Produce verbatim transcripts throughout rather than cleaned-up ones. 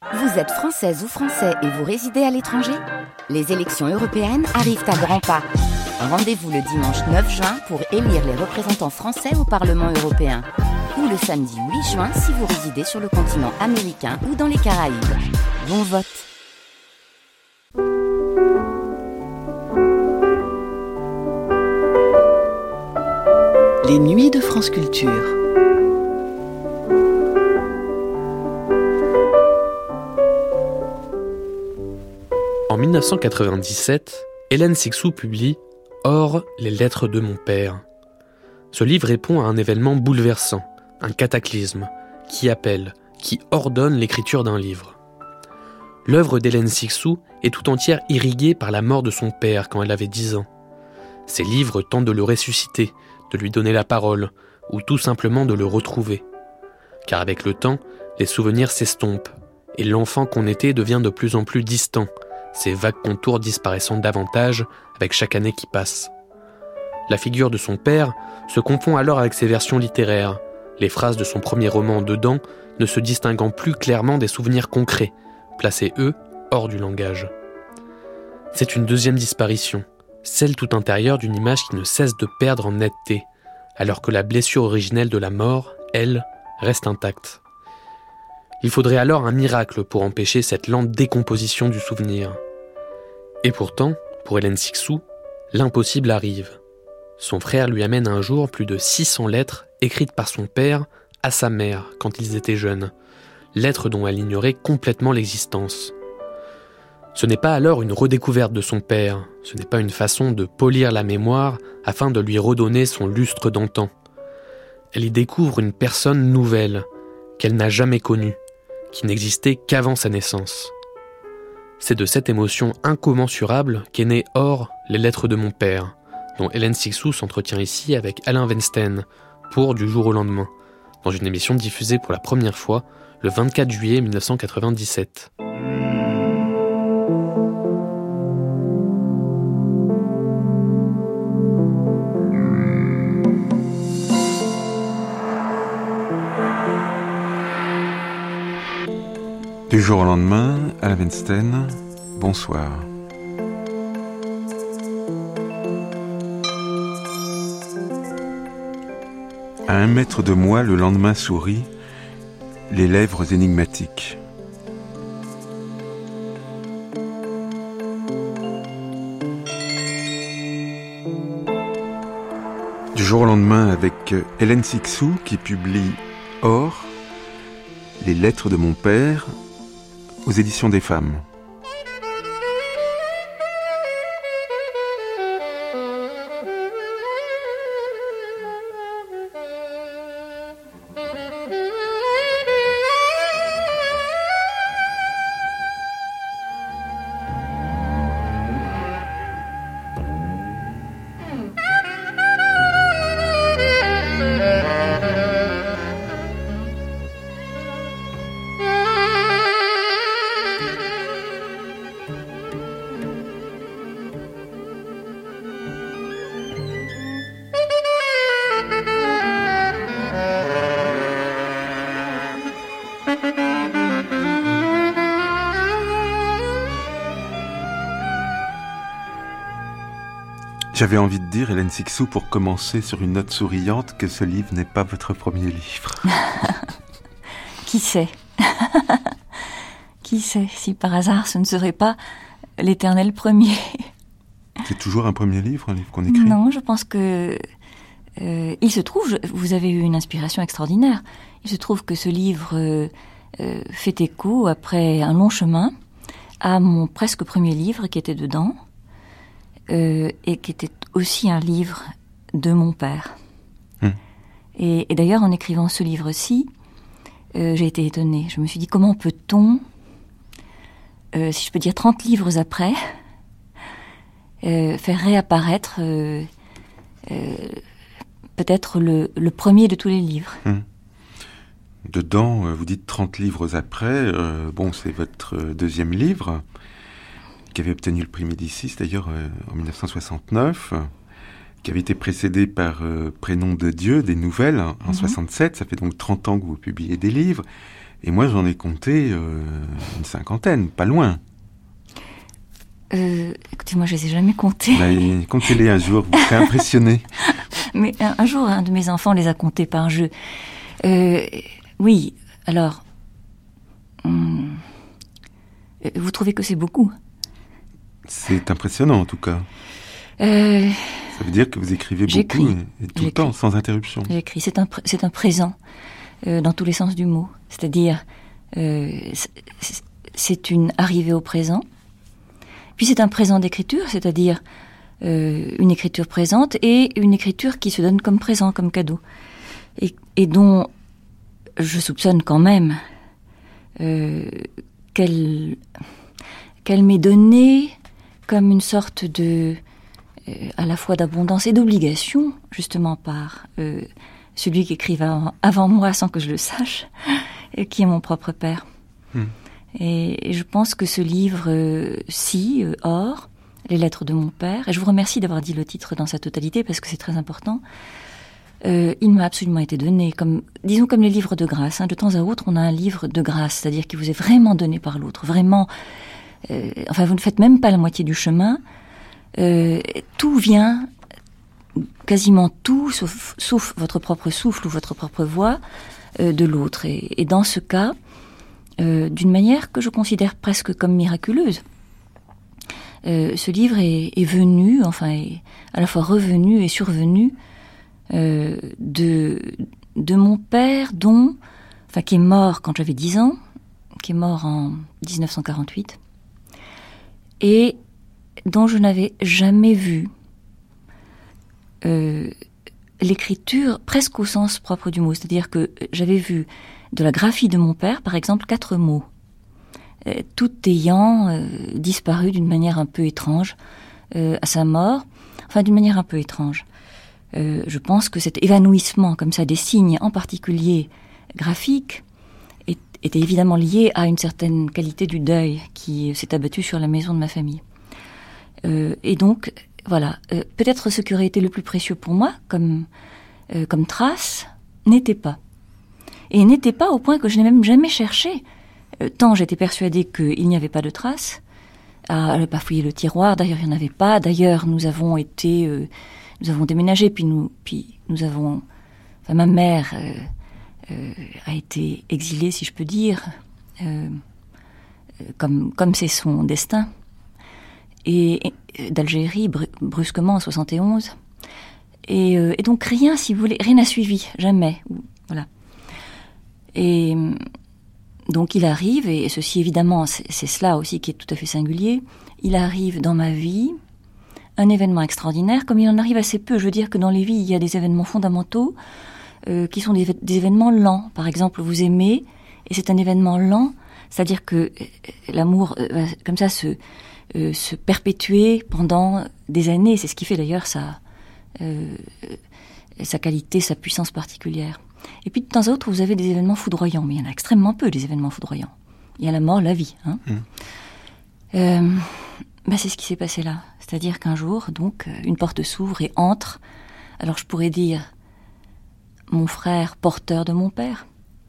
Vous êtes française ou français et vous résidez à l'étranger ? Les élections européennes arrivent à grands pas. Rendez-vous le dimanche neuf juin pour élire les représentants français au Parlement européen. Ou le samedi huit juin si vous résidez sur le continent américain ou dans les Caraïbes. Bon vote! Les nuits de France Culture. En dix-neuf cent quatre-vingt-dix-sept, Hélène Cixous publie « Or, les lettres de mon père ». Ce livre répond à un événement bouleversant, un cataclysme, qui appelle, qui ordonne l'écriture d'un livre. L'œuvre d'Hélène Cixous est tout entière irriguée par la mort de son père quand elle avait dix ans. Ses livres tentent de le ressusciter, de lui donner la parole, ou tout simplement de le retrouver. Car avec le temps, les souvenirs s'estompent, et l'enfant qu'on était devient de plus en plus distant, ses vagues contours disparaissant davantage avec chaque année qui passe. La figure de son père se confond alors avec ses versions littéraires, les phrases de son premier roman dedans ne se distinguant plus clairement des souvenirs concrets, placés eux hors du langage. C'est une deuxième disparition, celle tout intérieure d'une image qui ne cesse de perdre en netteté, alors que la blessure originelle de la mort, elle, reste intacte. Il faudrait alors un miracle pour empêcher cette lente décomposition du souvenir. Et pourtant, pour Hélène Cixous, l'impossible arrive. Son frère lui amène un jour plus de six cents lettres écrites par son père à sa mère quand ils étaient jeunes, lettres dont elle ignorait complètement l'existence. Ce n'est pas alors une redécouverte de son père, ce n'est pas une façon de polir la mémoire afin de lui redonner son lustre d'antan. Elle y découvre une personne nouvelle, qu'elle n'a jamais connue, qui n'existait qu'avant sa naissance. C'est de cette émotion incommensurable qu'est née Or, les lettres de mon père, dont Hélène Cixous s'entretient ici avec Alain Weinstein, pour Du jour au lendemain, dans une émission diffusée pour la première fois le vingt-quatre juillet mille neuf cent quatre-vingt-dix-sept. Du jour au lendemain, Alain Weinstein, bonsoir. À un mètre de moi, le lendemain sourit, les lèvres énigmatiques. Du jour au lendemain avec Hélène Cixous qui publie Or, les lettres de mon père, aux éditions des Femmes. J'avais envie de dire, Hélène Cixous, pour commencer sur une note souriante, que ce livre n'est pas votre premier livre. Qui sait Qui sait si par hasard ce ne serait pas l'éternel premier. C'est toujours un premier livre, un livre qu'on écrit ? Non, je pense que... Euh, il se trouve, je, vous avez eu une inspiration extraordinaire, il se trouve que ce livre euh, euh, fait écho, après un long chemin, à mon presque premier livre qui était dedans, Euh, et qui était aussi un livre de mon père. Mmh. Et, et d'ailleurs, en écrivant ce livre-ci, euh, j'ai été étonnée. Je me suis dit, comment peut-on, euh, si je peux dire trente livres après, euh, faire réapparaître euh, euh, peut-être le, le premier de tous les livres. Mmh. Dedans, vous dites trente livres après, euh, bon, c'est votre deuxième livre, qui avait obtenu le prix Médicis, d'ailleurs, euh, en dix-neuf cent soixante-neuf, euh, qui avait été précédé par euh, Prénom de Dieu, des nouvelles, en mmh. soixante-sept. Ça fait donc trente ans que vous publiez des livres. Et moi, j'en ai compté euh, une cinquantaine, pas loin. Euh, écoutez, moi, je les ai jamais comptés. Bah, comptez-les un jour, vous serez impressionnés. Mais un, un jour, un de mes enfants les a comptés par jeu. Euh, oui, alors... Hum, vous trouvez que c'est beaucoup ? C'est impressionnant, en tout cas. Euh, Ça veut dire que vous écrivez j'écris. beaucoup et, et tout J'écris. le temps, sans interruption. J'écris. C'est un, pr- c'est un présent, euh, dans tous les sens du mot. C'est-à-dire, euh, c'est, c'est une arrivée au présent. Puis c'est un présent d'écriture, c'est-à-dire euh, une écriture présente et une écriture qui se donne comme présent, comme cadeau. Et, et dont je soupçonne quand même euh, qu'elle, qu'elle m'est donnée comme une sorte de... Euh, à la fois d'abondance et d'obligation, justement par euh, celui qui écrivait avant, avant moi sans que je le sache, et qui est mon propre père. Mm. Et, et je pense que ce livre-ci, euh, Or, les lettres de mon père, et je vous remercie d'avoir dit le titre dans sa totalité parce que c'est très important, euh, il m'a absolument été donné, comme, disons comme les livres de grâce. Hein, de temps à autre, on a un livre de grâce, c'est-à-dire qui vous est vraiment donné par l'autre, vraiment... Euh, enfin, vous ne faites même pas la moitié du chemin. Euh, tout vient, quasiment tout, sauf, sauf votre propre souffle ou votre propre voix, euh, de l'autre. Et, et dans ce cas, euh, d'une manière que je considère presque comme miraculeuse, euh, ce livre est, est venu, enfin, est à la fois revenu et survenu euh, de, de mon père, dont, enfin, qui est mort quand j'avais dix ans, qui est mort en dix-neuf cent quarante-huit, et dont je n'avais jamais vu euh, l'écriture presque au sens propre du mot. C'est-à-dire que j'avais vu de la graphie de mon père, par exemple, quatre mots, euh, tout ayant euh, disparu d'une manière un peu étrange euh, à sa mort, enfin d'une manière un peu étrange. Euh, je pense que cet évanouissement, comme ça, des signes, en particulier graphiques, est, était évidemment lié à une certaine qualité du deuil qui s'est abattu sur la maison de ma famille. Euh, et donc, voilà, euh, peut-être ce qui aurait été le plus précieux pour moi, comme, euh, comme trace, n'était pas. Et n'était pas au point que je n'ai même jamais cherché, euh, tant j'étais persuadée qu'il n'y avait pas de traces, à ne pas fouiller le tiroir. D'ailleurs, il n'y en avait pas. D'ailleurs, nous avons été, euh, nous avons déménagé, puis nous, puis nous avons, enfin, ma mère euh, euh, a été exilée, si je peux dire, euh, comme, comme c'est son destin. Et, et d'Algérie, br- brusquement, en soixante et onze. Et, euh, et donc rien, si vous voulez, rien n'a suivi, jamais. Voilà. Et donc il arrive, et ceci évidemment, c'est, c'est cela aussi qui est tout à fait singulier, il arrive dans ma vie un événement extraordinaire, comme il en arrive assez peu. Je veux dire que dans les vies, il y a des événements fondamentaux euh, qui sont des, des événements lents. Par exemple, vous aimez, et c'est un événement lent, c'est-à-dire que l'amour, euh, comme ça, se... Euh, se perpétuer pendant des années. C'est ce qui fait d'ailleurs sa, euh, sa qualité, sa puissance particulière. Et puis de temps à autre, vous avez des événements foudroyants, mais il y en a extrêmement peu, des événements foudroyants. Il y a la mort, la vie. Hein. Mmh. Euh, bah c'est ce qui s'est passé là. C'est-à-dire qu'un jour, donc, une porte s'ouvre et entre, alors je pourrais dire, mon frère porteur de mon père.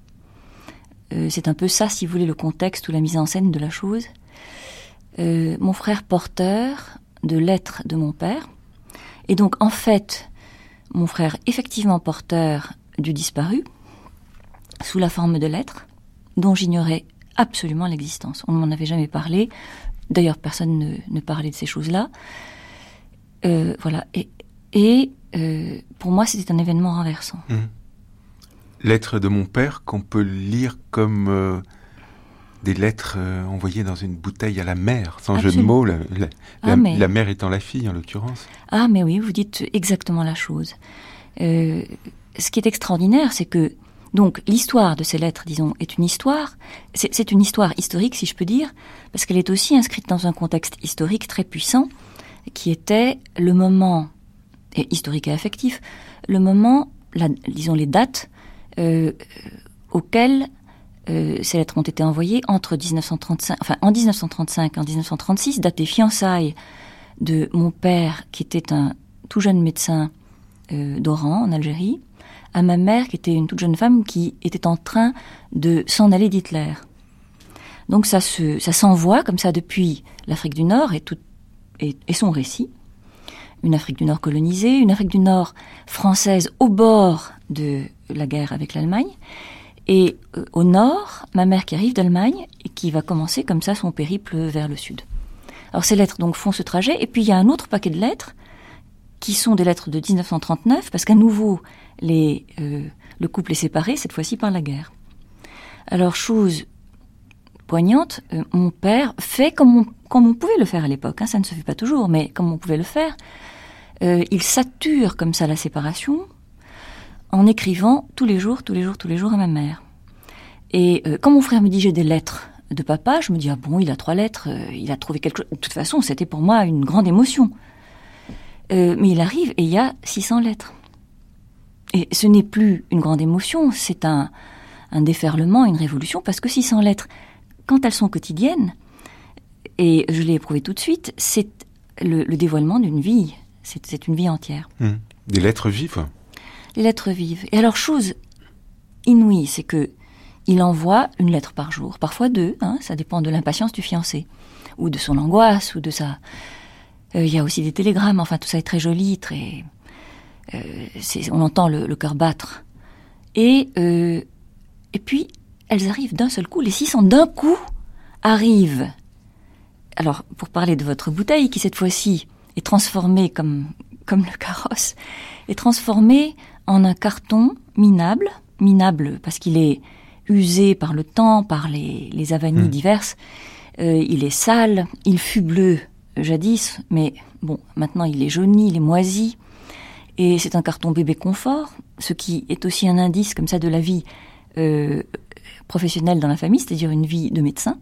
Euh, c'est un peu ça, si vous voulez, le contexte ou la mise en scène de la chose. Euh, mon frère porteur de lettres de mon père. Et donc, en fait, mon frère effectivement porteur du disparu, sous la forme de lettres, dont j'ignorais absolument l'existence. On ne m'en avait jamais parlé. D'ailleurs, personne ne, ne parlait de ces choses-là. Euh, voilà. Et, et euh, pour moi, c'était un événement renversant. Mmh. Lettres de mon père qu'on peut lire comme... Euh... des lettres euh, envoyées dans une bouteille à la mer, sans Absolument. Jeu de mots, la, la, ah, la, mais... la mère étant la fille en l'occurrence. Ah mais oui, vous dites exactement la chose. Euh, ce qui est extraordinaire, c'est que donc l'histoire de ces lettres, disons, est une histoire, c'est, c'est une histoire historique si je peux dire, parce qu'elle est aussi inscrite dans un contexte historique très puissant, qui était le moment, et historique et affectif, le moment, la, disons les dates, euh, auxquelles Euh, ces lettres ont été envoyées entre dix-neuf cent trente-cinq, enfin en dix-neuf cent trente-cinq, en dix-neuf cent trente-six, date des fiançailles de mon père, qui était un tout jeune médecin euh, d'Oran, en Algérie, à ma mère, qui était une toute jeune femme, qui était en train de s'en aller d'Hitler. Donc ça, se, ça s'envoie comme ça depuis l'Afrique du Nord et, tout, et, et son récit. Une Afrique du Nord colonisée, une Afrique du Nord française au bord de la guerre avec l'Allemagne. Et euh, au nord, ma mère qui arrive d'Allemagne et qui va commencer comme ça son périple vers le sud. Alors ces lettres donc font ce trajet. Et puis il y a un autre paquet de lettres qui sont des lettres de dix-neuf cent trente-neuf, parce qu'à nouveau, les, euh, le couple est séparé, cette fois-ci par la guerre. Alors, chose poignante, euh, mon père fait comme on, comme on pouvait le faire à l'époque, hein, ça ne se fait pas toujours, mais comme on pouvait le faire, euh, il sature comme ça la séparation en écrivant tous les jours, tous les jours, tous les jours à ma mère. Et euh, quand mon frère me dit j'ai des lettres de papa, je me dis ah bon, il a trois lettres, euh, il a trouvé quelque chose. De toute façon, c'était pour moi une grande émotion. Euh, mais il arrive et il y a six cents lettres. Et ce n'est plus une grande émotion, c'est un, un déferlement, une révolution, parce que six cents lettres, quand elles sont quotidiennes, et je l'ai éprouvé tout de suite, c'est le, le dévoilement d'une vie, c'est, c'est une vie entière. Mmh. Des lettres vives. Les lettres vives. Et alors, chose inouïe, c'est que il envoie une lettre par jour, parfois deux, hein, ça dépend de l'impatience du fiancé, ou de son angoisse, ou de sa... Il euh, y a aussi des télégrammes, enfin tout ça est très joli, très, euh, c'est, on entend le, le cœur battre. Et, euh, et puis, elles arrivent d'un seul coup, les six cents d'un coup arrivent. Alors, pour parler de votre bouteille, qui cette fois-ci est transformée comme, comme le carrosse, est transformée en un carton minable, minable parce qu'il est usé par le temps, par les, les avanies mmh. diverses, euh, il est sale, il fut bleu jadis, mais bon, maintenant il est jauni, il est moisi, et c'est un carton bébé confort, ce qui est aussi un indice comme ça de la vie euh, professionnelle dans la famille, c'est-à-dire une vie de médecin.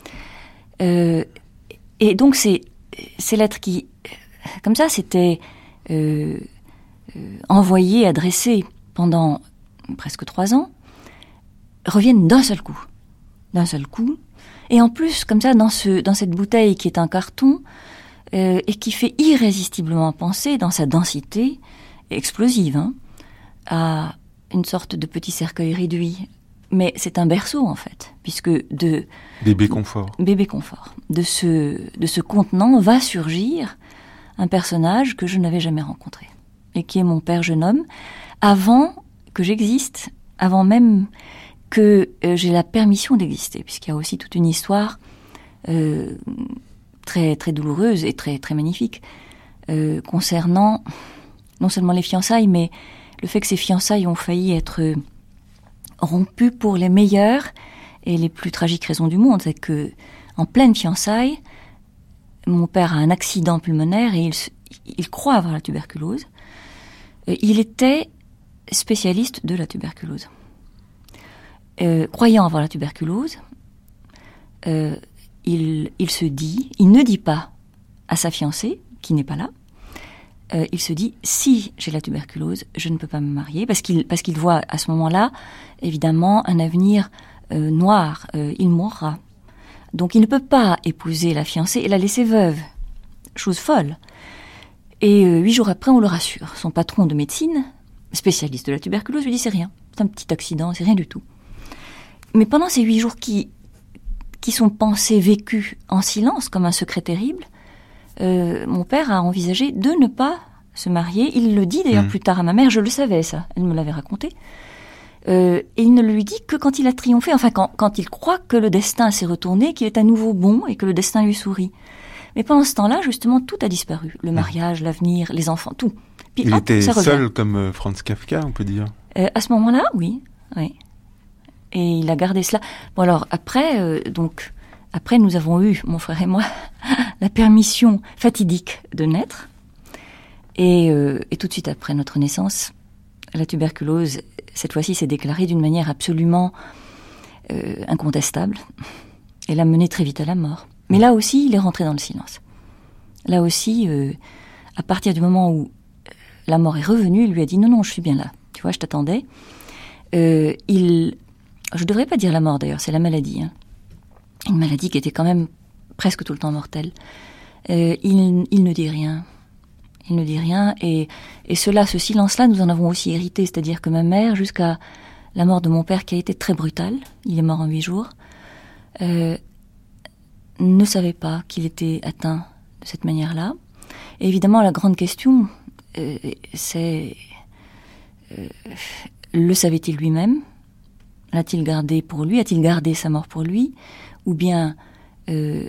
Euh, et donc c'est ces lettres qui, comme ça, s'étaient euh, euh, envoyées, adressées pendant presque trois ans, reviennent d'un seul coup, d'un seul coup. Et en plus, comme ça, dans, ce, dans cette bouteille qui est un carton, euh, et qui fait irrésistiblement penser, dans sa densité explosive, hein, à une sorte de petit cercueil réduit. Mais c'est un berceau, en fait, puisque de... Bébé confort. Bébé confort. De ce, de ce contenant va surgir un personnage que je n'avais jamais rencontré, et qui est mon père jeune homme, avant que j'existe, avant même... que euh, j'ai la permission d'exister, puisqu'il y a aussi toute une histoire euh, très très douloureuse et très très magnifique euh, concernant non seulement les fiançailles, mais le fait que ces fiançailles ont failli être rompues pour les meilleures et les plus tragiques raisons du monde. C'est que en pleine fiançailles, mon père a un accident pulmonaire et il, il croit avoir la tuberculose. Il était spécialiste de la tuberculose. Euh, croyant avoir la tuberculose, euh, il, il se dit, il ne dit pas à sa fiancée, qui n'est pas là, euh, il se dit, si j'ai la tuberculose, je ne peux pas me marier, parce qu'il, parce qu'il voit à ce moment-là, évidemment, un avenir euh, noir, euh, il mourra. Donc il ne peut pas épouser la fiancée et la laisser veuve, chose folle. Et euh, huit jours après, on le rassure. Son patron de médecine, spécialiste de la tuberculose, lui dit, c'est rien, c'est un petit accident, c'est rien du tout. Mais pendant ces huit jours qui, qui sont pensés, vécus en silence, comme un secret terrible, euh, mon père a envisagé de ne pas se marier. Il le dit d'ailleurs mmh. plus tard à ma mère, je le savais ça, elle me l'avait raconté. Euh, et il ne le lui dit que quand il a triomphé, enfin quand, quand il croit que le destin s'est retourné, qu'il est à nouveau bon et que le destin lui sourit. Mais pendant ce temps-là, justement, tout a disparu. Le mariage, mmh. l'avenir, les enfants, tout. Puis, il hop, était ça revient. Seul comme euh, Franz Kafka, on peut dire. Euh, à ce moment-là, oui, oui. Et il a gardé cela. Bon alors après, euh, donc après nous avons eu, mon frère et moi, la permission fatidique de naître. Et, euh, et tout de suite après notre naissance, la tuberculose, cette fois-ci, s'est déclarée d'une manière absolument euh, incontestable. Elle a mené très vite à la mort. Mais là aussi, il est rentré dans le silence. Là aussi, euh, à partir du moment où la mort est revenue, il lui a dit non, non, je suis bien là. Tu vois, je t'attendais. Euh, il Je ne devrais pas dire la mort d'ailleurs, c'est la maladie. Hein. Une maladie qui était quand même presque tout le temps mortelle. Euh, il, il ne dit rien. Il ne dit rien, et, et cela, ce silence-là, nous en avons aussi hérité, c'est-à-dire que ma mère, jusqu'à la mort de mon père, qui a été très brutale, il est mort en huit jours, euh, ne savait pas qu'il était atteint de cette manière-là. Et évidemment, la grande question, euh, c'est, euh, le savait-il lui-même? L'a-t-il gardé pour lui? A-t-il gardé sa mort pour lui? Ou bien euh,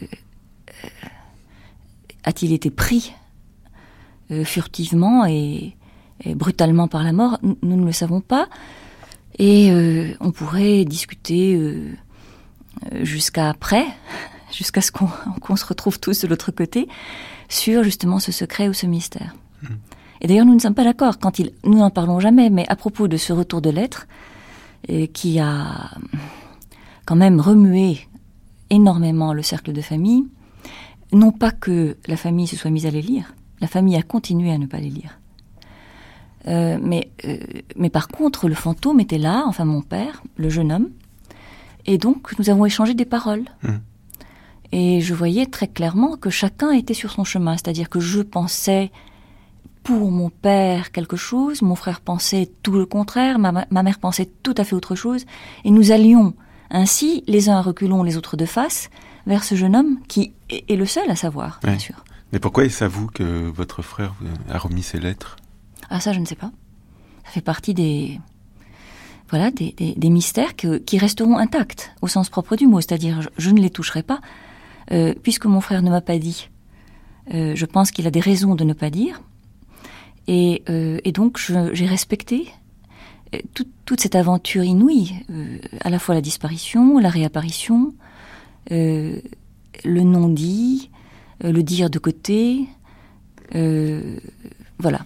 a-t-il été pris Euh, furtivement et, et brutalement par la mort? Nous, nous ne le savons pas. Et euh, on pourrait discuter euh, jusqu'à après, jusqu'à ce qu'on, qu'on se retrouve tous de l'autre côté, sur justement ce secret ou ce mystère. Mmh. Et d'ailleurs, nous ne sommes pas d'accord. Quand il, nous n'en parlons jamais, mais à propos de ce retour de lettres, euh, qui a quand même remué énormément le cercle de famille, non pas que la famille se soit mise à les lire, la famille a continué à ne pas les lire. Euh, mais, euh, mais par contre, le fantôme était là, enfin mon père, le jeune homme, et donc nous avons échangé des paroles. Mmh. Et je voyais très clairement que chacun était sur son chemin, c'est-à-dire que je pensais pour mon père quelque chose, mon frère pensait tout le contraire, ma, ma mère pensait tout à fait autre chose, et nous allions ainsi, les uns à reculons, les autres de face, vers ce jeune homme qui est, est le seul à savoir, ouais. Bien sûr. Mais pourquoi est-ce à vous que votre frère a remis ces lettres? Ah, ça, je ne sais pas. Ça fait partie des, voilà, des, des, des mystères que, qui resteront intacts, au sens propre du mot. C'est-à-dire, je, je ne les toucherai pas, euh, puisque mon frère ne m'a pas dit. Euh, je pense qu'il a des raisons de ne pas dire. Et, euh, et donc, je, j'ai respecté tout, toute cette aventure inouïe, euh, à la fois la disparition, la réapparition, euh, le non-dit, le dire de côté, euh, voilà.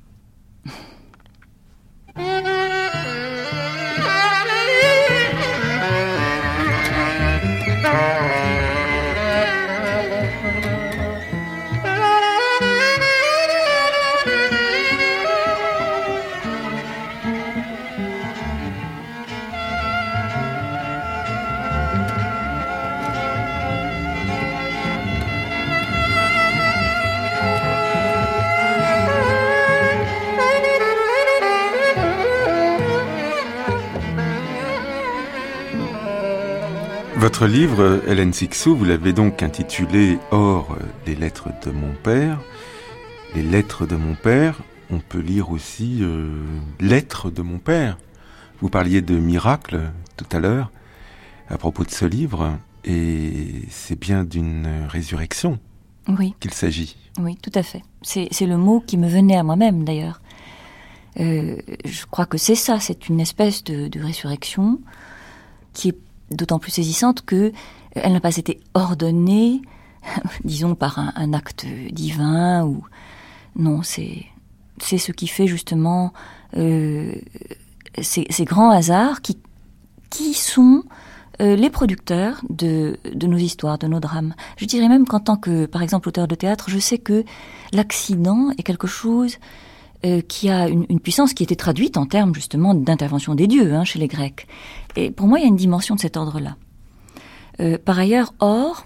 Votre livre, Hélène Cixous, vous l'avez donc intitulé « Or, les lettres de mon père ». Les lettres de mon père, on peut lire aussi euh, « Lettres de mon père ». Vous parliez de miracle tout à l'heure, à propos de ce livre, et c'est bien d'une résurrection oui. qu'il s'agit. Oui, tout à fait. C'est, c'est le mot qui me venait à moi-même, d'ailleurs. Euh, je crois que c'est ça, c'est une espèce de, de résurrection qui est d'autant plus saisissante que elle n'a pas été ordonnée, disons, par un, un acte divin ou non, c'est c'est ce qui fait justement euh, ces, ces grands hasards qui qui sont euh, les producteurs de de nos histoires, de nos drames. Je dirais même qu'en tant que, par exemple, auteur de théâtre, je sais que l'accident est quelque chose Euh, qui a une, une puissance qui était traduite en termes justement d'intervention des dieux hein, chez les Grecs. Et pour moi, il y a une dimension de cet ordre-là. Euh, par ailleurs, or,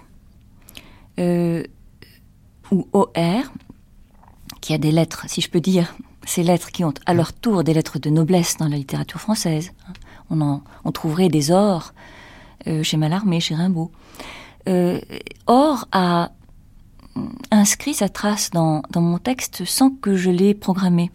euh, ou O R, qui a des lettres, si je peux dire, ces lettres qui ont à leur tour des lettres de noblesse dans la littérature française. On, en, on trouverait des ors euh, chez Mallarmé, chez Rimbaud. Euh, or a inscrit sa trace dans, dans mon texte sans que je l'ai programmé.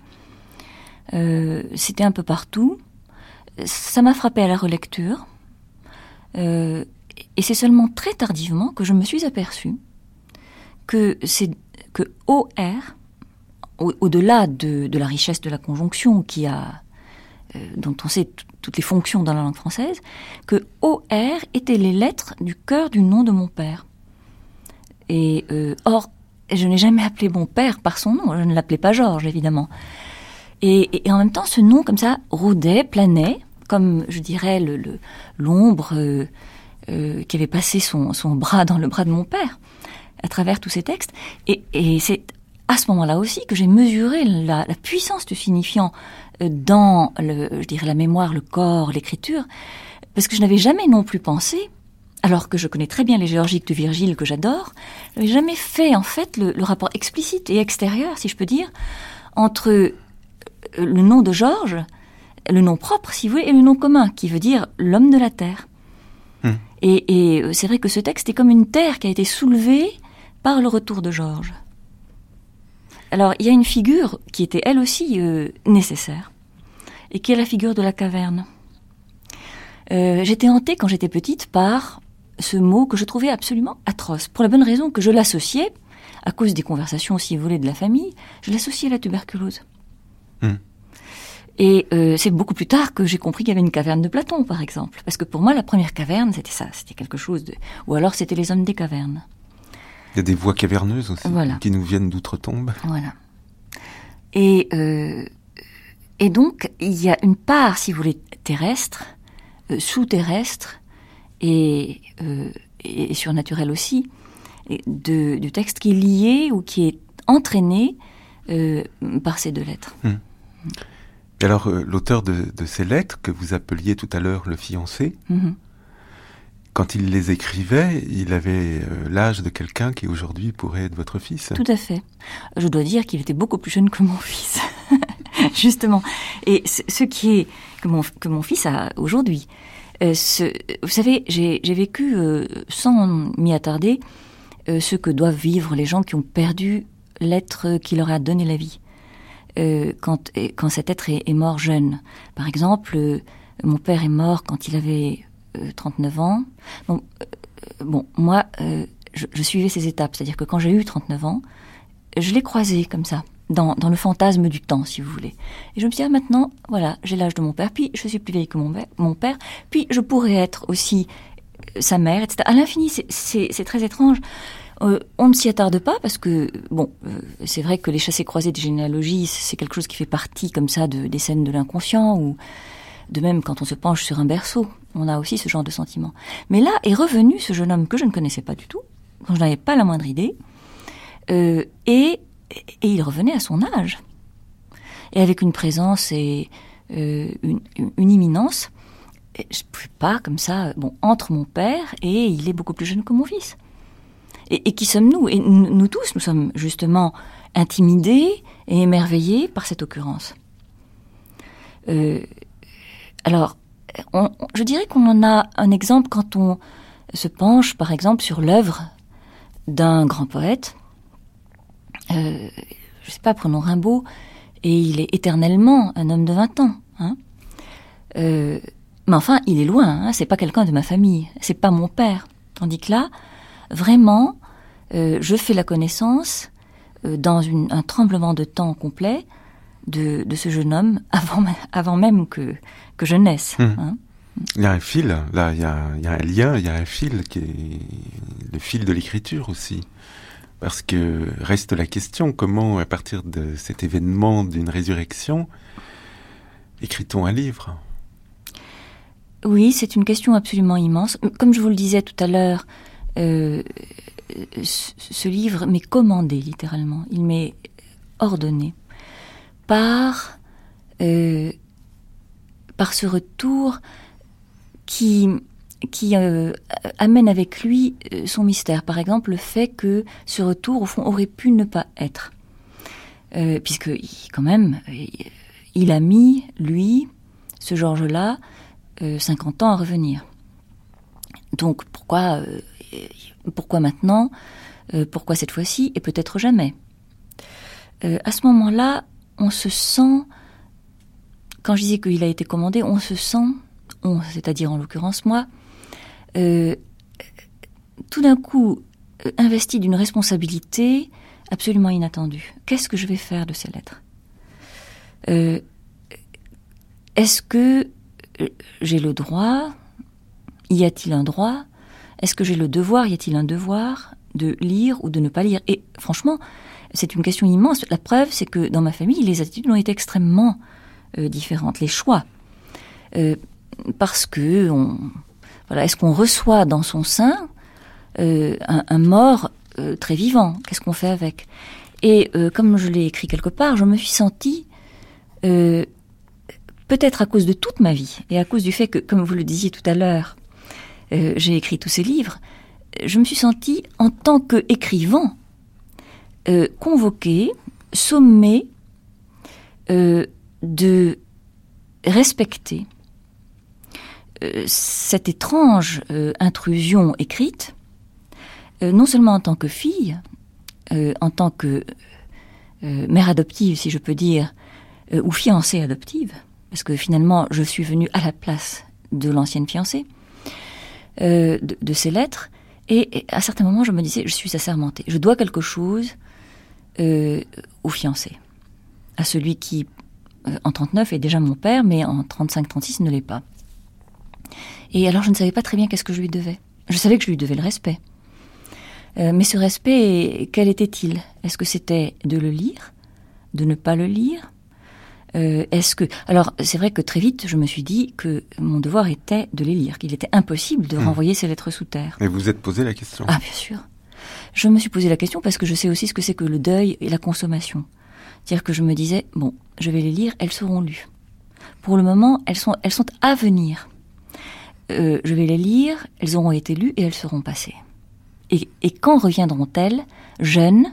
Euh, c'était un peu partout. Ça m'a frappé à la relecture. Euh, et c'est seulement très tardivement que je me suis aperçue que, c'est, que O R, au, au-delà de, de la richesse de la conjonction qui a, euh, dont on sait t- toutes les fonctions dans la langue française, que O R étaient les lettres du cœur du nom de mon père. Et euh, or, je n'ai jamais appelé mon père par son nom, je ne l'appelais pas Georges, évidemment. Et, et, et en même temps, ce nom, comme ça, rôdait, planait, comme, je dirais, le, le, l'ombre euh, euh, qui avait passé son, son bras dans le bras de mon père, à travers tous ces textes. Et, et c'est à ce moment-là aussi que j'ai mesuré la, la puissance du signifiant euh, dans, le, je dirais, la mémoire, le corps, l'écriture, parce que je n'avais jamais non plus pensé alors que je connais très bien les Géorgiques de Virgile que j'adore, je n'avais jamais fait en fait le, le rapport explicite et extérieur, si je peux dire, entre le nom de Georges, le nom propre, si vous voulez, et le nom commun, qui veut dire l'homme de la terre. Hum. Et, et c'est vrai que ce texte est comme une terre qui a été soulevée par le retour de Georges. Alors, il y a une figure qui était elle aussi euh, nécessaire, et qui est la figure de la caverne. Euh, j'étais hantée quand j'étais petite par ce mot que je trouvais absolument atroce, pour la bonne raison que je l'associais, à cause des conversations, si vous voulez, de la famille, je l'associais à la tuberculose. Mmh. Et euh, c'est beaucoup plus tard que j'ai compris qu'il y avait une caverne de Platon, par exemple. Parce que pour moi, la première caverne, c'était ça, c'était quelque chose de... Ou alors, c'était les hommes des cavernes. Il y a des voix caverneuses aussi, voilà. qui nous viennent d'outre-tombe. Voilà. Et, euh, et donc, il y a une part, si vous voulez, terrestre, euh, sous-terrestre, et, euh, et surnaturelle aussi, de, du texte qui est lié ou qui est entraîné euh, par ces deux lettres. Hum. Et alors, euh, l'auteur de, de ces lettres, que vous appeliez tout à l'heure le fiancé, mm-hmm. quand il les écrivait, il avait euh, l'âge de quelqu'un qui aujourd'hui pourrait être votre fils. Tout à fait. Je dois dire qu'il était beaucoup plus jeune que mon fils, justement. Et ce, ce qui est que mon, que mon fils a aujourd'hui. Euh, ce, vous savez, j'ai, j'ai vécu, euh, sans m'y attarder, euh, ce que doivent vivre les gens qui ont perdu l'être qui leur a donné la vie. Euh, quand, quand cet être est, est mort jeune. Par exemple, euh, mon père est mort quand il avait euh, trente-neuf ans. Bon, euh, bon moi, euh, je, je suivais ces étapes. C'est-à-dire que quand j'ai eu trente-neuf ans, je l'ai croisé comme ça, dans, dans le fantasme du temps, si vous voulez. Et je me suis dit, ah, maintenant, voilà, j'ai l'âge de mon père, puis je suis plus vieille que mon, mon père, puis je pourrais être aussi euh, sa mère, et cetera. À l'infini, c'est, c'est, c'est très étrange. Euh, on ne s'y attarde pas parce que, bon, euh, c'est vrai que les chassés-croisés des généalogies, c'est quelque chose qui fait partie, comme ça, de, des scènes de l'inconscient, ou de même quand on se penche sur un berceau, on a aussi ce genre de sentiment. Mais là est revenu ce jeune homme que je ne connaissais pas du tout, dont je n'avais pas la moindre idée, euh, et, et il revenait à son âge. Et avec une présence et euh, une, une imminence, je ne pouvais pas, comme ça, bon, entre mon père et il est beaucoup plus jeune que mon fils. Et, et qui sommes-nous ? Et nous, nous tous, nous sommes justement intimidés et émerveillés par cette occurrence. Euh, alors, on, on, je dirais qu'on en a un exemple quand on se penche, par exemple, sur l'œuvre d'un grand poète. Euh, je ne sais pas, prenons Rimbaud, et il est éternellement un homme de vingt ans. Hein. Euh, mais enfin, il est loin, hein, c'est pas quelqu'un de ma famille, c'est pas mon père. Tandis que là, vraiment, euh, je fais la connaissance, euh, dans une, un tremblement de temps complet, de, de ce jeune homme, avant, avant même que, que je naisse. Mmh. Hein. Il y a un fil, là, il y a, il y a un lien, il y a un fil qui est le fil de l'écriture aussi. Parce que reste la question, comment, à partir de cet événement d'une résurrection, écrit-on un livre ? Oui, c'est une question absolument immense. Comme je vous le disais tout à l'heure, euh, ce livre m'est commandé, littéralement. Il m'est ordonné par, euh, par ce retour qui... qui euh, amène avec lui euh, son mystère. Par exemple, le fait que ce retour, au fond, aurait pu ne pas être. Euh, puisque, il, quand même, il a mis, lui, ce Georges-là, euh, cinquante ans à revenir. Donc, pourquoi, euh, pourquoi maintenant ? euh, Pourquoi cette fois-ci ? Et peut-être jamais. Euh, à ce moment-là, on se sent... Quand je disais qu'il a été commandé, on se sent, on, c'est-à-dire en l'occurrence moi, Euh, tout d'un coup euh, investi d'une responsabilité absolument inattendue. Qu'est-ce que je vais faire de ces lettres ? euh, Est-ce que euh, j'ai le droit ? Y a-t-il un droit ? Est-ce que j'ai le devoir ? Y a-t-il un devoir de lire ou de ne pas lire ? Et franchement, c'est une question immense. La preuve, c'est que dans ma famille, les attitudes ont été extrêmement euh, différentes. Les choix. Euh, parce que... On, Voilà, est-ce qu'on reçoit dans son sein euh, un, un mort euh, très vivant ? Qu'est-ce qu'on fait avec ? Et euh, comme je l'ai écrit quelque part, je me suis sentie, euh, peut-être à cause de toute ma vie, et à cause du fait que, comme vous le disiez tout à l'heure, euh, j'ai écrit tous ces livres, je me suis sentie, en tant qu'écrivain, euh, convoquée, sommée euh, de respecter euh, cette étrange euh, intrusion écrite, euh, non seulement en tant que fille, euh, en tant que euh, mère adoptive, si je peux dire, euh, ou fiancée adoptive, parce que finalement, je suis venue à la place de l'ancienne fiancée, euh, de, de ces lettres, et, et à certains moments, je me disais, je suis assermentée, je dois quelque chose euh, au fiancé, à celui qui, euh, en trente-neuf, est déjà mon père, mais en trente-cinq trente-six, ne l'est pas. Et alors, je ne savais pas très bien qu'est-ce que je lui devais. Je savais que je lui devais le respect. Euh, mais ce respect, quel était-il? Est-ce que c'était de le lire, de ne pas le lire? Euh, est-ce que... Alors, c'est vrai que très vite, je me suis dit que mon devoir était de les lire, qu'il était impossible de mmh. renvoyer ces lettres sous terre. Et vous vous êtes posé la question? Ah, bien sûr. Je me suis posé la question parce que je sais aussi ce que c'est que le deuil et la consommation. C'est-à-dire que je me disais, bon, je vais les lire, elles seront lues. Pour le moment, elles sont, elles sont à venir. Euh, je vais les lire, elles auront été lues et elles seront passées. Et, et quand reviendront-elles, jeunes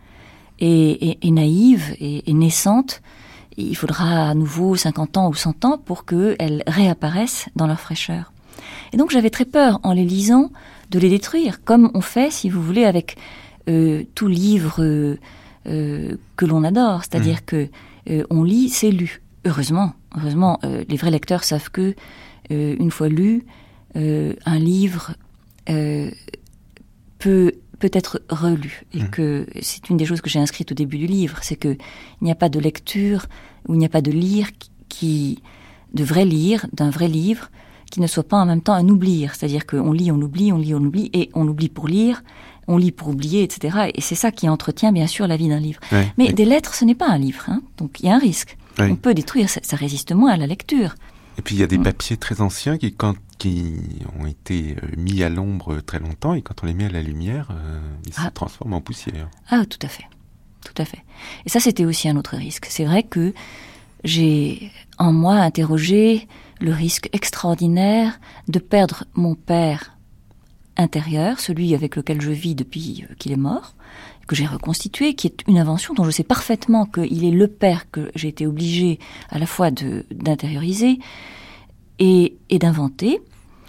et, et, et naïves et, et naissantes, il faudra à nouveau cinquante ans ou cent ans pour qu'elles réapparaissent dans leur fraîcheur. Et donc j'avais très peur, en les lisant, de les détruire, comme on fait, si vous voulez, avec euh, tout livre euh, euh, que l'on adore. C'est-à-dire mmh. que euh, on lit, c'est lu. Heureusement, heureusement, euh, les vrais lecteurs savent que, euh, une fois lu, euh, un livre euh, peut... peut être relu, et mmh. que c'est une des choses que j'ai inscrites au début du livre, c'est que il n'y a pas de lecture, ou il n'y a pas de lire qui, de vrai lire, d'un vrai livre, qui ne soit pas en même temps un oublier, c'est-à-dire qu'on lit, on oublie, on lit, on oublie, et on oublie pour lire, on lit pour oublier, et cetera. Et c'est ça qui entretient bien sûr la vie d'un livre. Oui, Mais oui. des lettres, ce n'est pas un livre, hein, donc il y a un risque. Oui. On peut détruire, ça, ça résiste moins à la lecture. Et puis il y a des mmh. papiers très anciens qui, quand qui ont été mis à l'ombre très longtemps, et quand on les met à la lumière, euh, ils ah. se transforment en poussière. Ah, tout à fait. Tout à fait. Et ça, c'était aussi un autre risque. C'est vrai que j'ai, en moi, interrogé le risque extraordinaire de perdre mon père intérieur, celui avec lequel je vis depuis qu'il est mort, que j'ai reconstitué, qui est une invention dont je sais parfaitement qu'il est le père que j'ai été obligée à la fois de, d'intérioriser et, et d'inventer,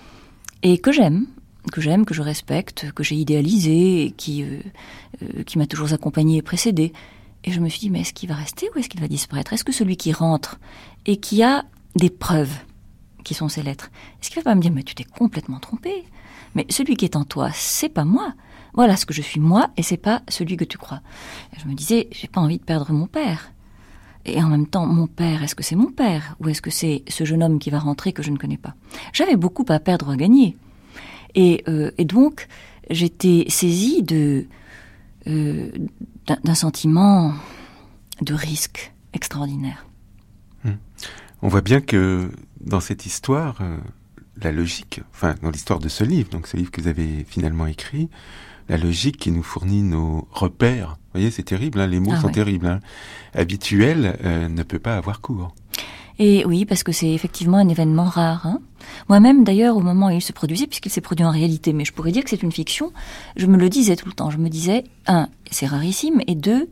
et que j'aime, que j'aime, que je respecte, que j'ai idéalisé, et qui, euh, euh, qui m'a toujours accompagnée et précédée. Et je me suis dit, mais est-ce qu'il va rester ou est-ce qu'il va disparaître? Est-ce que celui qui rentre et qui a des preuves, qui sont ces lettres, est-ce qu'il va pas me dire, mais tu t'es complètement trompé? Mais celui qui est en toi, c'est pas moi. Voilà ce que je suis moi, et c'est pas celui que tu crois. Et je me disais, j'ai pas envie de perdre mon père. Et en même temps, mon père, est-ce que c'est mon père? Ou est-ce que c'est ce jeune homme qui va rentrer que je ne connais pas? J'avais beaucoup à perdre ou à gagner. Et, euh, et donc, j'étais saisie de, euh, d'un, d'un sentiment de risque extraordinaire. Hum. On voit bien que dans cette histoire, euh, la logique, enfin dans l'histoire de ce livre, donc ce livre que vous avez finalement écrit, la logique qui nous fournit nos repères, vous voyez, c'est terrible, hein, les mots ah, sont oui. terribles, hein, habituels, euh, ne peut pas avoir cours. Et oui, parce que c'est effectivement un événement rare. Hein. Moi-même, d'ailleurs, au moment où il se produisait, puisqu'il s'est produit en réalité, mais je pourrais dire que c'est une fiction, je me le disais tout le temps. Je me disais, un, c'est rarissime, et deux,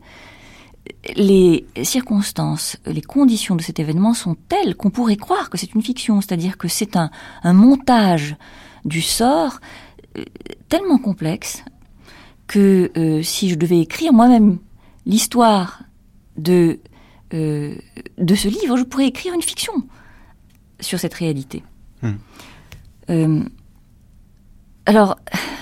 les circonstances, les conditions de cet événement sont telles qu'on pourrait croire que c'est une fiction. C'est-à-dire que c'est un, un montage du sort euh, tellement complexe que euh, si je devais écrire moi-même l'histoire de... Euh, de ce livre, je pourrais écrire une fiction sur cette réalité. Mmh. Euh, alors,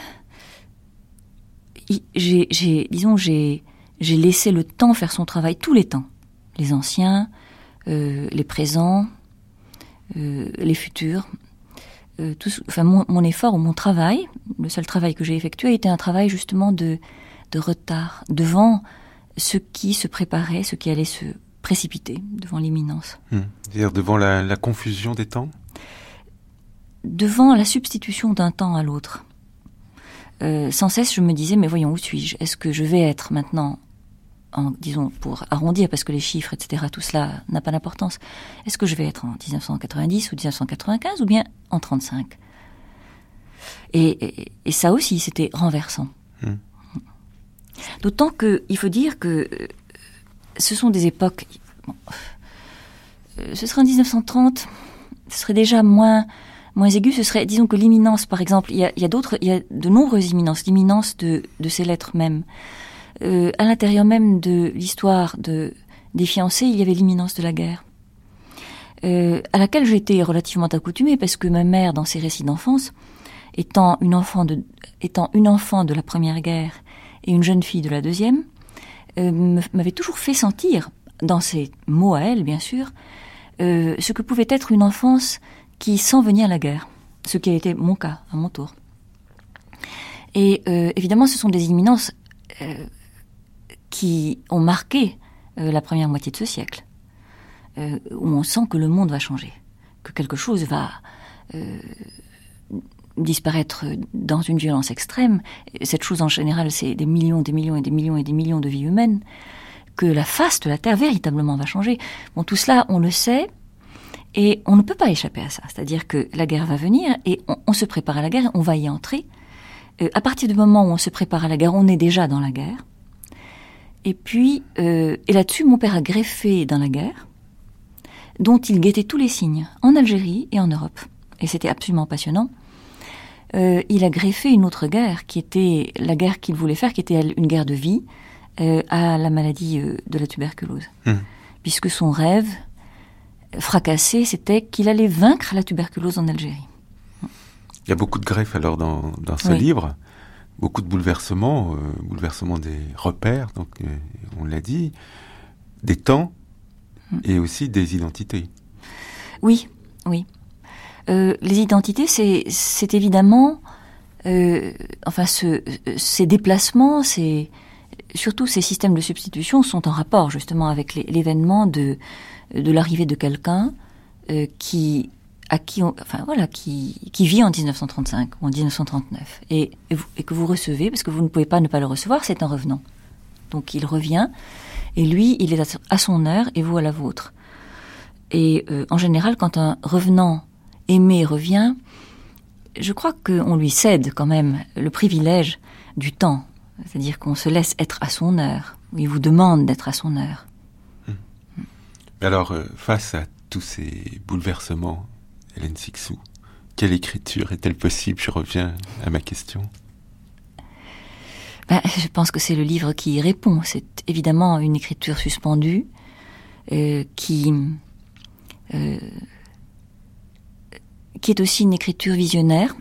j'ai, j'ai, disons, j'ai, j'ai laissé le temps faire son travail, tous les temps, les anciens, euh, les présents, euh, les futurs. Euh, tout, enfin, mon, mon effort ou mon travail, le seul travail que j'ai effectué, a été un travail justement de, de retard devant ce qui se préparait, ce qui allait se précipité devant l'imminence. Mmh. C'est-à-dire devant la, la confusion des temps? Devant la substitution d'un temps à l'autre. Euh, sans cesse, je me disais, mais voyons, où suis-je? Est-ce que je vais être maintenant, en, disons, pour arrondir, parce que les chiffres, et cetera, tout cela n'a pas d'importance, est-ce que je vais être en dix-neuf cent quatre-vingt-dix ou dix-neuf cent quatre-vingt-quinze ou bien en trente-cinq? et, et, et ça aussi, c'était renversant. Mmh. D'autant qu'il faut dire que ce sont des époques... Bon, ce serait en dix-neuf cent trente, ce serait déjà moins, moins aigu. Ce serait, disons que l'imminence, par exemple, il y a, il y a d'autres, il y a de nombreuses imminences. L'imminence de, de ces lettres même. Euh, à l'intérieur même de l'histoire de, des fiancés, il y avait l'imminence de la guerre. Euh, à laquelle j'étais relativement accoutumée, parce que ma mère, dans ses récits d'enfance, étant une enfant de, étant une enfant de la première guerre et une jeune fille de la deuxième, euh, m'avait toujours fait sentir, dans ses mots à elle, bien sûr, euh, ce que pouvait être une enfance qui sent venir la guerre, ce qui a été mon cas, à mon tour. Et euh, évidemment, ce sont des imminences euh, qui ont marqué euh, la première moitié de ce siècle, euh, où on sent que le monde va changer, que quelque chose va euh, disparaître dans une violence extrême. Cette chose, en général, c'est des millions, des millions et des millions et des millions de vies humaines, que la face de la Terre, véritablement, va changer. Bon, tout cela, on le sait, et on ne peut pas échapper à ça. C'est-à-dire que la guerre va venir, et on, on se prépare à la guerre, on va y entrer. Euh, à partir du moment où on se prépare à la guerre, on est déjà dans la guerre. Et puis, euh, et là-dessus, mon père a greffé dans la guerre, dont il guettait tous les signes, en Algérie et en Europe. Et c'était absolument passionnant. Euh, il a greffé une autre guerre, qui était la guerre qu'il voulait faire, qui était une guerre de vie, euh, à la maladie euh, de la tuberculose. Mmh. Puisque son rêve fracassé, c'était qu'il allait vaincre la tuberculose en Algérie. Il y a beaucoup de greffes alors dans, dans ce oui. livre, beaucoup de bouleversements, euh, bouleversements des repères, donc euh, on l'a dit, des temps mmh. et aussi des identités. Oui, oui. Euh, les identités, c'est, c'est évidemment, euh, enfin, ce, ces déplacements, ces, surtout ces systèmes de substitution sont en rapport justement avec les, l'événement de, de l'arrivée de quelqu'un euh, qui, à qui, on, enfin voilà, qui, qui vit en dix-neuf cent trente-cinq ou en dix-neuf cent trente-neuf et, et, vous, et que vous recevez, parce que vous ne pouvez pas ne pas le recevoir, c'est un revenant. Donc il revient et lui, il est à son heure et vous à la vôtre. Et euh, en général, quand un revenant aimé revient, je crois qu'on lui cède quand même le privilège du temps. C'est-à-dire qu'on se laisse être à son heure. Il vous demande d'être à son heure. Hum. Alors, euh, face à tous ces bouleversements, Hélène Cixous, quelle écriture est-elle possible ? Je reviens à ma question. Ben, je pense que c'est le livre qui y répond. C'est évidemment une écriture suspendue euh, qui... Euh, qui est aussi une écriture visionnaire.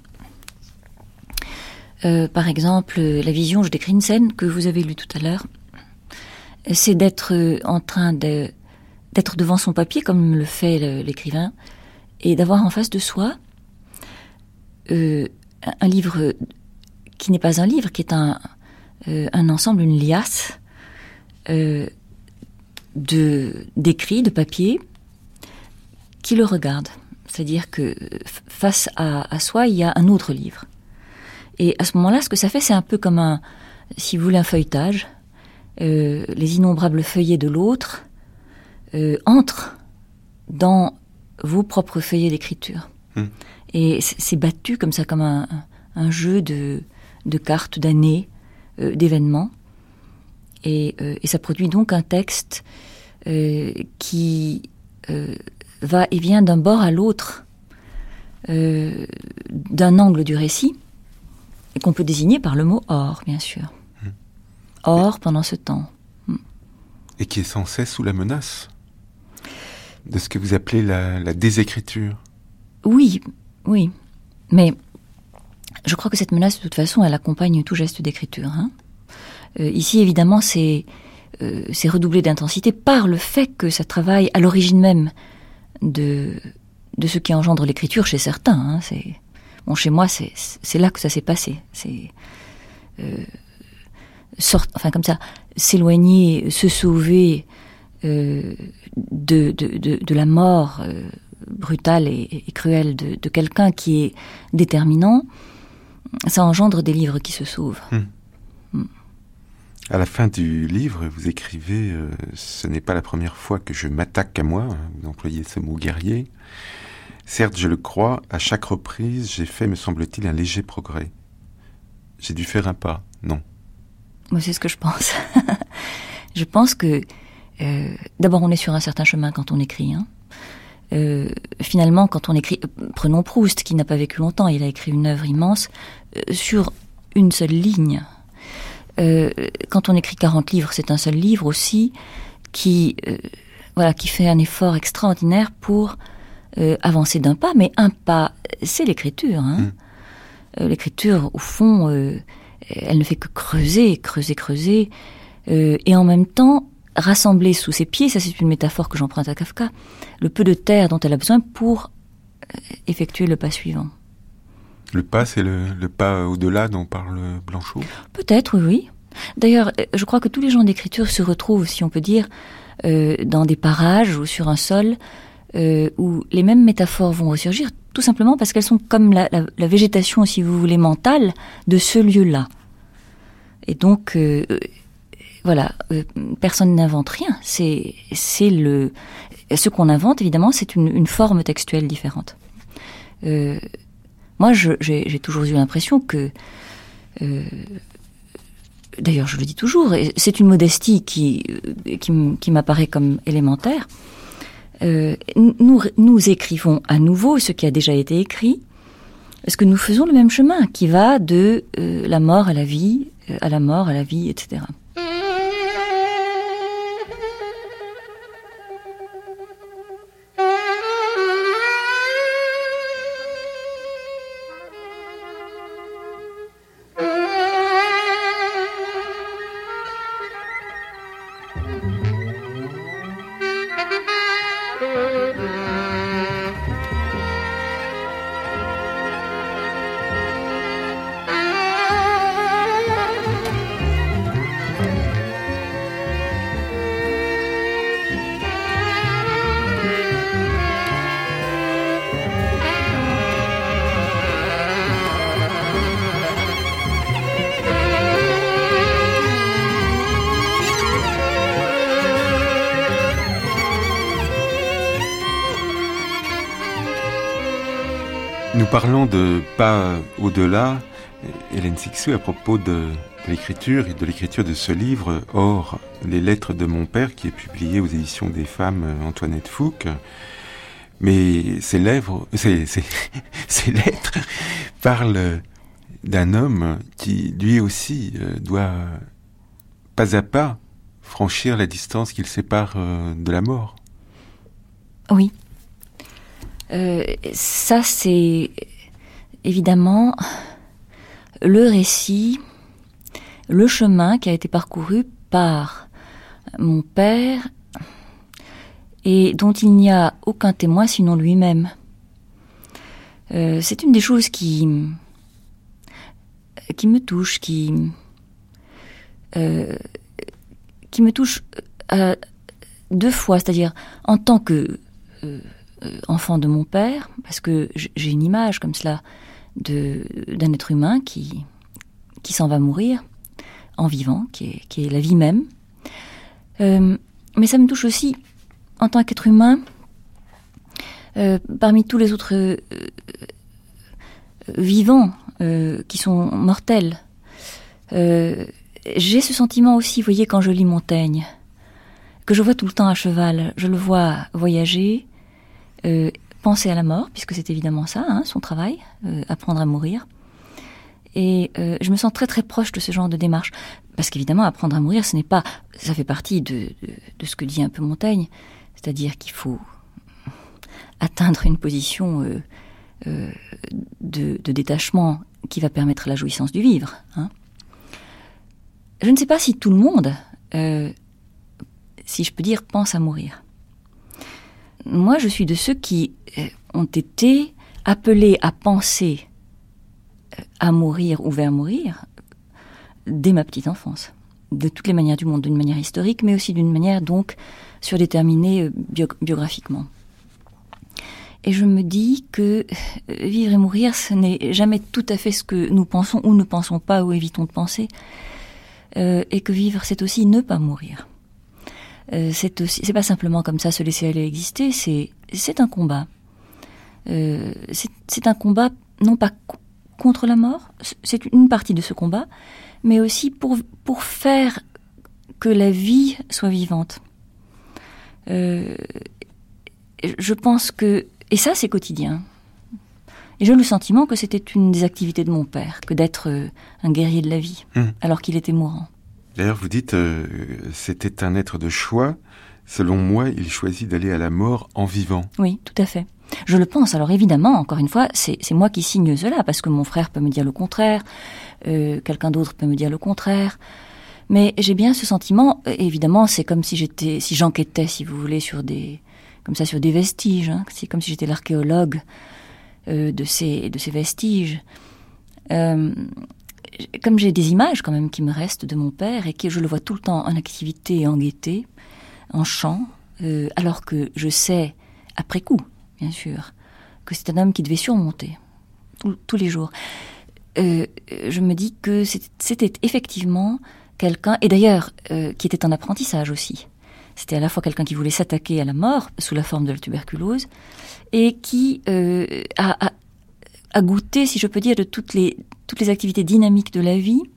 Euh, par exemple, la vision, je décris une scène que vous avez lue tout à l'heure, c'est d'être en train de, d'être devant son papier, comme le fait le, l'écrivain, et d'avoir en face de soi euh, un livre qui n'est pas un livre, qui est un, euh, un ensemble, une liasse euh, de, d'écrits, de papier, qui le regarde. C'est-à-dire que face à, à soi, il y a un autre livre. Et à ce moment-là, ce que ça fait, c'est un peu comme un, si vous voulez, un feuilletage. Euh, les innombrables feuillets de l'autre euh, entrent dans vos propres feuillets d'écriture. Mmh. Et c'est, c'est battu comme ça, comme un, un jeu de, de cartes, d'années, euh, d'événements. Et, euh, et ça produit donc un texte euh, qui... Euh, va et vient d'un bord à l'autre euh, d'un angle du récit, et qu'on peut désigner par le mot « or », bien sûr. Mmh. Or, pendant ce temps. Mmh. Et qui est sans cesse sous la menace de ce que vous appelez la, la désécriture. Oui, oui. Mais je crois que cette menace, de toute façon, elle accompagne tout geste d'écriture. Hein. Euh, ici, évidemment, c'est, euh, c'est redoublé d'intensité par le fait que ça travaille à l'origine même de, de ce qui engendre l'écriture chez certains. Hein. C'est, bon, chez moi, c'est, c'est là que ça s'est passé. C'est euh, sort, enfin comme ça, s'éloigner, se sauver euh, de, de, de, de la mort euh, brutale et, et cruelle de, de quelqu'un qui est déterminant. Ça engendre des livres qui se sauvent. Hum. Hum. À la fin du livre, vous écrivez euh, « Ce n'est pas la première fois que je m'attaque à moi », vous employez ce mot guerrier. Certes, je le crois, à chaque reprise, j'ai fait, me semble-t-il, un léger progrès. J'ai dû faire un pas, non. Moi, c'est ce que je pense. Je pense que, euh, d'abord, on est sur un certain chemin quand on écrit. Hein. Euh, finalement, quand on écrit, euh, prenons Proust, qui n'a pas vécu longtemps, il a écrit une œuvre immense euh, sur une seule ligne. Euh, quand on écrit quarante livres, c'est un seul livre aussi qui, euh, voilà, qui fait un effort extraordinaire pour euh, avancer d'un pas. Mais un pas, c'est l'écriture. Hein. Mmh. Euh, l'écriture, au fond, euh, elle ne fait que creuser, creuser, creuser, euh, et en même temps rassembler sous ses pieds. Ça, c'est une métaphore que j'emprunte à Kafka. Le peu de terre dont elle a besoin pour euh, effectuer le pas suivant. Le pas, c'est le, le pas au-delà dont parle Blanchot ? Peut-être, oui, oui. D'ailleurs, je crois que tous les gens d'écriture se retrouvent, si on peut dire, euh, dans des parages ou sur un sol euh, où les mêmes métaphores vont ressurgir, tout simplement parce qu'elles sont comme la, la, la végétation, si vous voulez, mentale de ce lieu-là. Et donc, euh, voilà, euh, personne n'invente rien. C'est, c'est le, ce qu'on invente, évidemment, c'est une, une forme textuelle différente. Euh, Moi, je, j'ai, j'ai toujours eu l'impression que, euh, d'ailleurs, je le dis toujours, et c'est une modestie qui, qui, qui m'apparaît comme élémentaire. Euh, nous, nous écrivons à nouveau ce qui a déjà été écrit, parce que nous faisons le même chemin qui va de euh, la mort à la vie, euh, à la mort à la vie, et cetera. Nous parlons de pas au-delà, Hélène Cixous, à propos de, de l'écriture et de l'écriture de ce livre, Or, les lettres de mon père, qui est publié aux éditions des Femmes, Antoinette Fouque. Mais ces, lèvres, ces, ces, ces lettres parlent d'un homme qui, lui aussi, doit pas à pas franchir la distance qui le sépare de la mort. Oui. Euh, ça, c'est évidemment le récit, le chemin qui a été parcouru par mon père et dont il n'y a aucun témoin sinon lui-même. Euh, c'est une des choses qui, qui me touche, qui, euh, qui me touche à deux fois, c'est-à-dire en tant que euh, enfant de mon père, parce que j'ai une image comme cela de, d'un être humain qui, qui s'en va mourir en vivant, qui est, qui est la vie même. Euh, mais ça me touche aussi en tant qu'être humain, euh, parmi tous les autres euh, vivants euh, qui sont mortels. Euh, j'ai ce sentiment aussi, vous voyez, quand je lis Montaigne, que je vois tout le temps à cheval, je le vois voyager, Euh, penser à la mort, puisque c'est évidemment ça, hein, son travail, euh, apprendre à mourir. Et euh, je me sens très très proche de ce genre de démarche, parce qu'évidemment, apprendre à mourir, ce n'est pas, ça fait partie de, de, de ce que dit un peu Montaigne, c'est-à-dire qu'il faut atteindre une position euh, euh, de, de détachement qui va permettre la jouissance du vivre. Hein. Je ne sais pas si tout le monde, euh, si je peux dire, pense à mourir. Moi, je suis de ceux qui ont été appelés à penser à mourir ou vers mourir dès ma petite enfance, de toutes les manières du monde, d'une manière historique, mais aussi d'une manière donc surdéterminée bio- biographiquement. Et je me dis que vivre et mourir, ce n'est jamais tout à fait ce que nous pensons ou ne pensons pas ou évitons de penser, euh, et que vivre, c'est aussi ne pas mourir. Euh, c'est aussi, c'est pas simplement comme ça se laisser aller exister, c'est, c'est un combat. Euh, c'est, c'est un combat, non pas co- contre la mort, c'est une partie de ce combat, mais aussi pour, pour faire que la vie soit vivante. Euh, je pense que... Et ça, c'est quotidien. Et j'ai le sentiment que c'était une des activités de mon père, que d'être euh, un guerrier de la vie, mmh. alors qu'il était mourant. D'ailleurs, vous dites, euh, c'était un être de choix. Selon moi, il choisit d'aller à la mort en vivant. Oui, tout à fait. Je le pense. Alors évidemment, encore une fois, c'est, c'est moi qui signe cela, parce que mon frère peut me dire le contraire, euh, quelqu'un d'autre peut me dire le contraire. Mais j'ai bien ce sentiment, évidemment, c'est comme si j'étais, si j'enquêtais, si vous voulez, sur des, comme ça, sur des vestiges. Hein. C'est comme si j'étais l'archéologue euh, de ces, de ces vestiges. Euh, comme j'ai des images quand même qui me restent de mon père et que je le vois tout le temps en activité et en gaieté, en chant, euh, alors que je sais, après coup, bien sûr, que c'est un homme qui devait surmonter tout, tous les jours. Euh, je me dis que c'était, c'était effectivement quelqu'un, et d'ailleurs, euh, qui était en apprentissage aussi. C'était à la fois quelqu'un qui voulait s'attaquer à la mort sous la forme de la tuberculose et qui euh, a, a, a goûté, si je peux dire, de toutes les, toutes les activités dynamiques de la vie,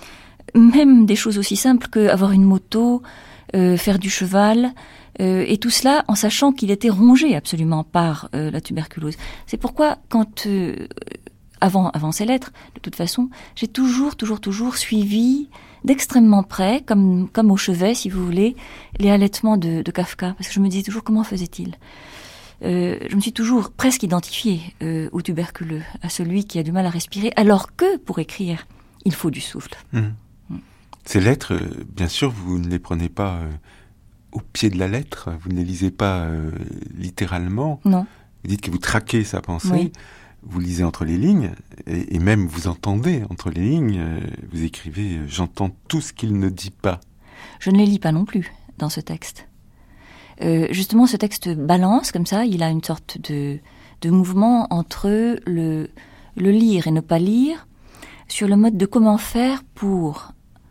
même des choses aussi simples qu'avoir une moto, euh, faire du cheval, euh, et tout cela en sachant qu'il était rongé absolument par euh, la tuberculose. C'est pourquoi, quand euh, avant, avant ces lettres, de toute façon, j'ai toujours, toujours, toujours suivi d'extrêmement près, comme, comme au chevet, si vous voulez, les allaitements de, de Kafka, parce que je me disais toujours comment faisait-il. Euh, je me suis toujours presque identifiée euh, au tuberculeux, à celui qui a du mal à respirer, alors que, pour écrire, il faut du souffle. Mmh. Mmh. Ces lettres, euh, bien sûr, vous ne les prenez pas euh, au pied de la lettre, vous ne les lisez pas euh, littéralement. Non. Vous dites que vous traquez sa pensée, oui. Vous lisez entre les lignes, et, et même vous entendez entre les lignes, euh, vous écrivez euh, « J'entends tout ce qu'il ne dit pas ». Je ne les lis pas non plus dans ce texte. Euh, justement, ce texte balance comme ça, il a une sorte de, de mouvement entre le, le lire et ne pas lire, sur le mode de comment faire pour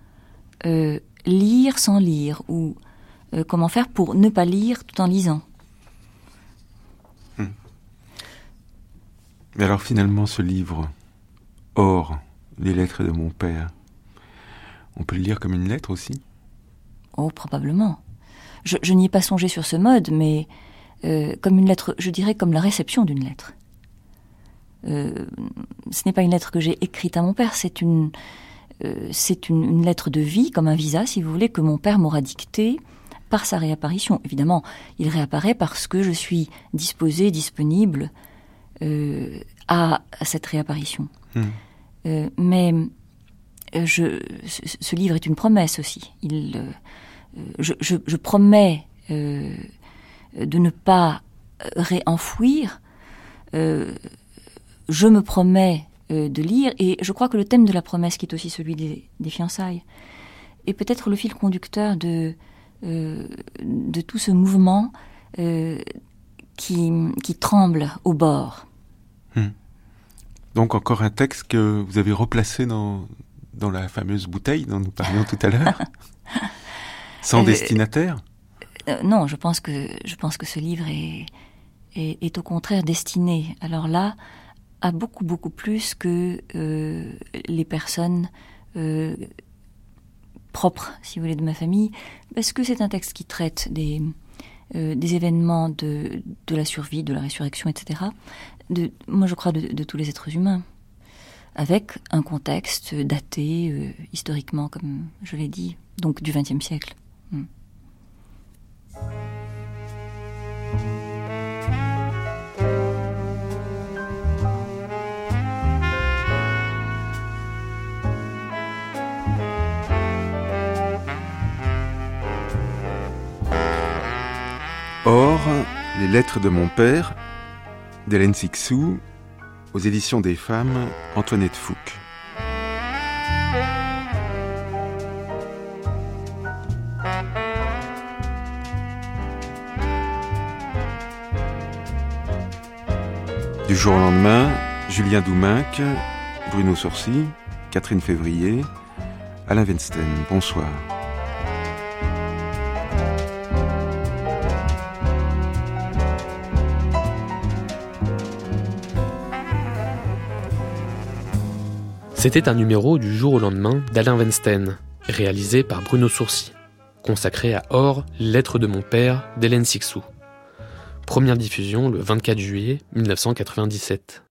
euh, lire sans lire, ou euh, comment faire pour ne pas lire tout en lisant. Hum. Mais alors finalement, ce livre, Or, les lettres de mon père, on peut le lire comme une lettre aussi ? Oh, probablement. Je, je n'y ai pas songé sur ce mode, mais euh, comme une lettre, je dirais comme la réception d'une lettre. Euh, ce n'est pas une lettre que j'ai écrite à mon père, c'est une, euh, c'est une, une lettre de vie, comme un visa, si vous voulez, que mon père m'aura dictée par sa réapparition. Évidemment, il réapparaît parce que je suis disposée, disponible euh, à, à cette réapparition. Mmh. Euh, mais euh, je, ce, ce livre est une promesse aussi. Il... Euh, Je, je, je promets euh, de ne pas réenfouir, euh, je me promets euh, de lire, et je crois que le thème de la promesse, qui est aussi celui des, des fiançailles, est peut-être le fil conducteur de, euh, de tout ce mouvement euh, qui, qui tremble au bord. Hum. Donc encore un texte que vous avez replacé dans, dans la fameuse bouteille dont nous parlions tout à l'heure. Sans euh, destinataire ? euh, Non, je pense que je pense que ce livre est, est, est au contraire destiné, alors là, à beaucoup, beaucoup plus que euh, les personnes euh, propres, si vous voulez, de ma famille, parce que c'est un texte qui traite des, euh, des événements de, de la survie, de la résurrection, et cetera. De, moi, je crois de, de tous les êtres humains, avec un contexte daté, euh, historiquement, comme je l'ai dit, donc du vingtième siècle. Hmm. Or, les lettres de mon père, d'Hélène Cixous, aux éditions des Femmes, Antoinette Fouque. Du jour au lendemain, Julien Douminc, Bruno Sorcy, Catherine Février, Alain Vensten. Bonsoir. C'était un numéro du jour au lendemain d'Alain Weinstein, réalisé par Bruno Sourcy, consacré à Or, lettres de mon père d'Hélène Cixous. Première diffusion le vingt-quatre juillet mille neuf cent quatre-vingt-dix-sept.